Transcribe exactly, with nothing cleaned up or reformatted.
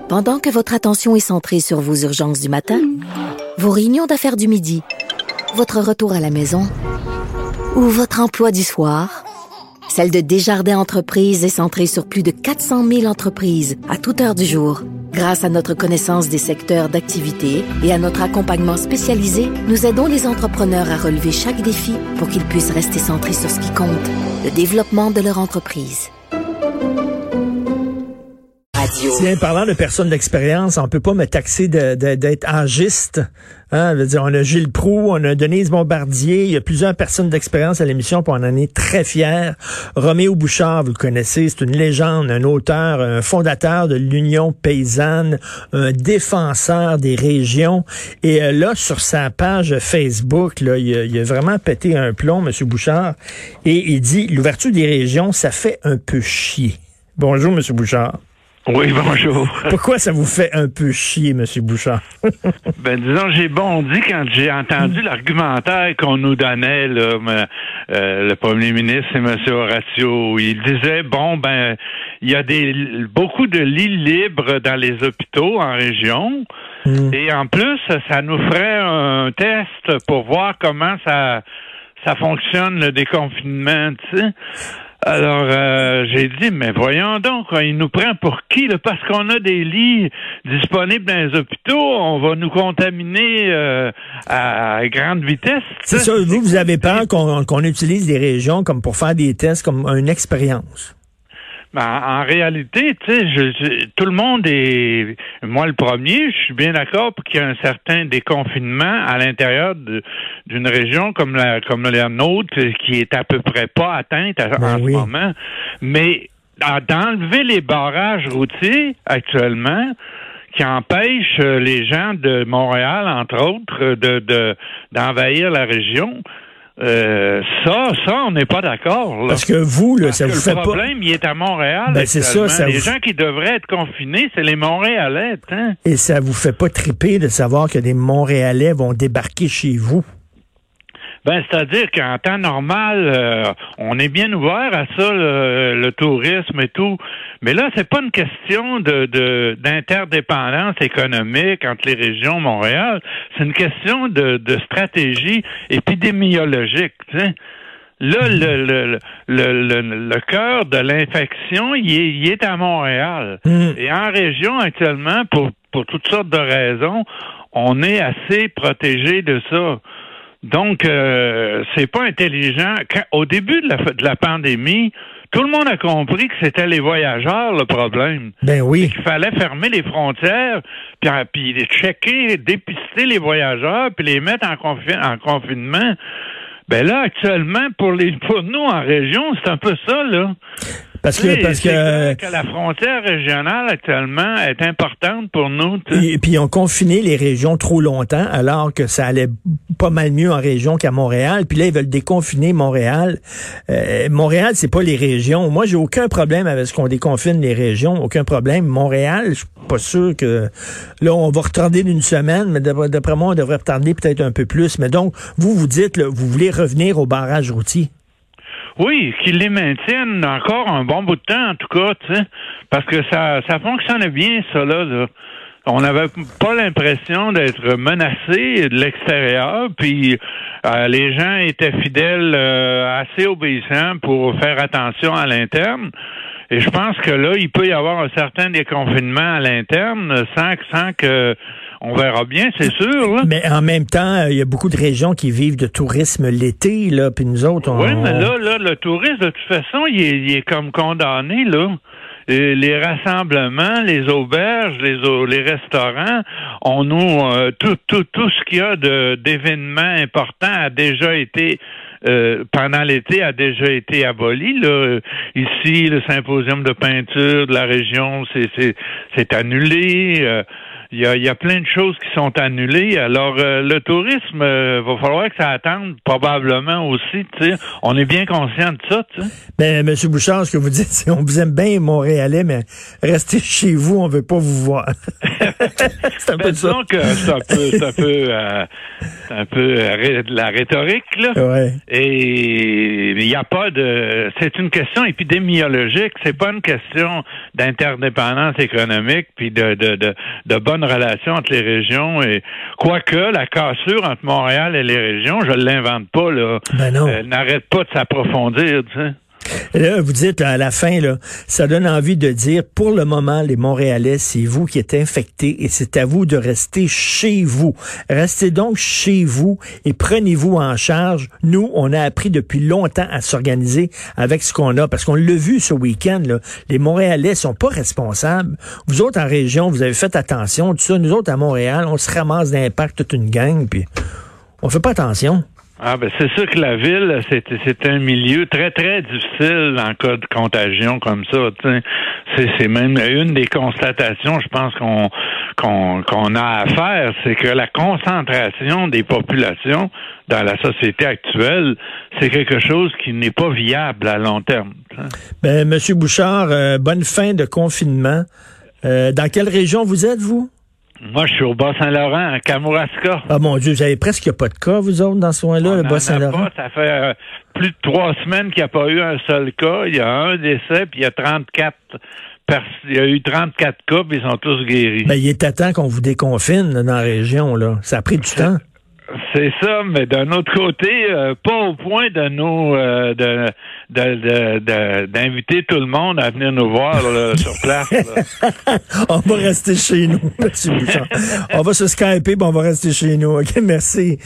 Pendant que votre attention est centrée sur vos urgences du matin, vos réunions d'affaires du midi, votre retour à la maison ou votre emploi du soir, celle de Desjardins Entreprises est centrée sur plus de quatre cent mille entreprises à toute heure du jour. Grâce à notre connaissance des secteurs d'activité et à notre accompagnement spécialisé, nous aidons les entrepreneurs à relever chaque défi pour qu'ils puissent rester centrés sur ce qui compte, le développement de leur entreprise. Tiens, parlant de personnes d'expérience, on peut pas me taxer de, de, d'être âgiste. Hein? Je veux dire, on a Gilles Proulx, on a Denise Bombardier, il y a plusieurs personnes d'expérience à l'émission, puis on en est très fiers. Roméo Bouchard, vous le connaissez, c'est une légende, un auteur, un fondateur de l'Union paysanne, un défenseur des régions. Et euh, là, sur sa page Facebook, là, il a, il a vraiment pété un plomb, M. Bouchard, et il dit « L'ouverture des régions, ça fait un peu chier ». Bonjour, M. Bouchard. Oui, bonjour. Pourquoi ça vous fait un peu chier, M. Bouchard? ben, disons, j'ai bondi quand j'ai entendu l'argumentaire qu'on nous donnait, là, mais, euh, le premier ministre et M. Horacio. Il disait, bon, ben, il y a des beaucoup de lits libres dans les hôpitaux en région. Mm. Et en plus, ça nous ferait un test pour voir comment ça, ça fonctionne, le déconfinement, tu sais. Alors, euh, j'ai dit, mais voyons donc, il nous prend pour qui, là? Parce qu'on a des lits disponibles dans les hôpitaux, on va nous contaminer euh, à grande vitesse. C'est ça, vous, vous avez peur qu'on, qu'on utilise les régions comme pour faire des tests, comme une expérience? Ben, en réalité, tu sais, je, je, tout le monde est, moi le premier, je suis bien d'accord pour qu'il y ait un certain déconfinement à l'intérieur de, d'une région comme la, comme la nôtre, qui est à peu près pas atteinte à, ben en oui. ce moment. Mais d'enlever les barrages routiers actuellement, qui empêchent les gens de Montréal, entre autres, de, de d'envahir la région. Euh, ça, ça, on n'est pas d'accord. Là. Parce que vous, là, Parce ça que vous fait pas... Le problème, il est à Montréal. Ben, c'est ça, ça les vous... gens qui devraient être confinés, c'est les Montréalais. Hein? Et ça vous fait pas triper de savoir que des Montréalais vont débarquer chez vous? Ben, c'est-à-dire qu'en temps normal, euh, on est bien ouvert à ça, le, le tourisme et tout. Mais là, c'est pas une question de, de d'interdépendance économique entre les régions Montréal. C'est une question de, de stratégie épidémiologique. T'sais. Là, le, le, le, le, le cœur de l'infection, il est, il est à Montréal. Mmh. Et en région, actuellement, pour, pour toutes sortes de raisons, on est assez protégé de ça. Donc, euh, c'est pas intelligent. Quand, au début de la, de la pandémie, tout le monde a compris que c'était les voyageurs le problème. Ben oui. Et qu'il fallait fermer les frontières, puis, puis checker, dépister les voyageurs, puis les mettre en, confi- en confinement. Ben là, actuellement, pour les pour nous en région, c'est un peu ça, là. Parce que, oui, parce que, que la frontière régionale actuellement est importante pour nous. Et puis ils ont confiné les régions trop longtemps, alors que ça allait pas mal mieux en région qu'à Montréal. Puis là, ils veulent déconfiner Montréal. Euh, Montréal, c'est pas les régions. Moi, j'ai aucun problème avec ce qu'on déconfine les régions, aucun problème. Montréal, je suis pas sûr que là, on va retarder d'une semaine, mais d'après, d'après moi, on devrait retarder peut-être un peu plus. Mais donc, vous vous dites, là, vous voulez revenir au barrage routier. Oui, qu'ils les maintiennent encore un bon bout de temps, en tout cas, tu sais, parce que ça, ça fonctionnait bien, ça, là, là. On n'avait pas l'impression d'être menacés de l'extérieur, puis euh, les gens étaient fidèles, euh, assez obéissants pour faire attention à l'interne. Et je pense que là, il peut y avoir un certain déconfinement à l'interne sans, sans que... On verra bien, c'est sûr. Là. Mais en même temps, il y a beaucoup de régions qui vivent de tourisme l'été, là, puis nous autres, on... Oui, mais là, là, le tourisme, de toute façon, il est, il est comme condamné, là. Et les rassemblements, les auberges, les, les restaurants, on nous... Euh, tout, tout, tout ce qu'il y a de, d'événements importants a déjà été... Euh, pendant l'été a déjà été aboli. Là. Ici, le symposium de peinture de la région, c'est, c'est, c'est annulé. Euh, il y a, il y a plein de choses qui sont annulées. Alors, euh, le tourisme, euh, va falloir que ça attende probablement aussi. Tu sais, on est bien conscient de ça. Tu sais. Ben, M. Bouchard, ce que vous dites, c'est on vous aime bien Montréalais, mais restez chez vous, on veut pas vous voir. C'est un ben, peu ça. Donc, euh, c'est un peu, c'est un peu, euh, c'est un peu euh, de la rhétorique là. Ouais. Et il n'y a pas de, c'est une question épidémiologique. C'est pas une question d'interdépendance économique puis de, de, de, de bonnes relations entre les régions. Et quoique la cassure entre Montréal et les régions, je l'invente pas là. Ben non. Euh, n'arrête pas de s'approfondir, tu sais. Et là, vous dites, là, à la fin, là, ça donne envie de dire, pour le moment, les Montréalais, c'est vous qui êtes infectés et c'est à vous de rester chez vous. Restez donc chez vous et prenez-vous en charge. Nous, on a appris depuis longtemps à s'organiser avec ce qu'on a, parce qu'on l'a vu ce week-end, là, les Montréalais sont pas responsables. Vous autres, en région, vous avez fait attention, tout ça. Nous autres, à Montréal, on se ramasse d'impact toute une gang, puis on fait pas attention. Ah ben c'est sûr que la ville, c'est c'est un milieu très très difficile en cas de contagion comme ça. C'est c'est même une des constatations, je pense qu'on qu'on qu'on a à faire, c'est que la concentration des populations dans la société actuelle, c'est quelque chose qui n'est pas viable à long terme. T'sais. Ben Monsieur Bouchard, euh, bonne fin de confinement. Euh, dans quelle région vous êtes, vous? Moi, je suis au Bas-Saint-Laurent, à Kamouraska. Ah mon Dieu, vous avez presque pas de cas, vous autres, dans ce coin-là, le Bas-Saint-Laurent? Ça fait euh, plus de trois semaines qu'il n'y a pas eu un seul cas. Il y a un décès, puis il y a trente-quatre pers- il y a eu trente-quatre cas, puis ils sont tous guéris. Ben, il est à temps qu'on vous déconfine là, dans la région, là. Ça a pris du temps. C'est ça, mais d'un autre côté, euh, pas au point de nous euh, de, de, de, de d'inviter tout le monde à venir nous voir là, sur place. Là. On va rester chez nous, M. Bouchard. On va se skyper, puis on va rester chez nous. OK, merci.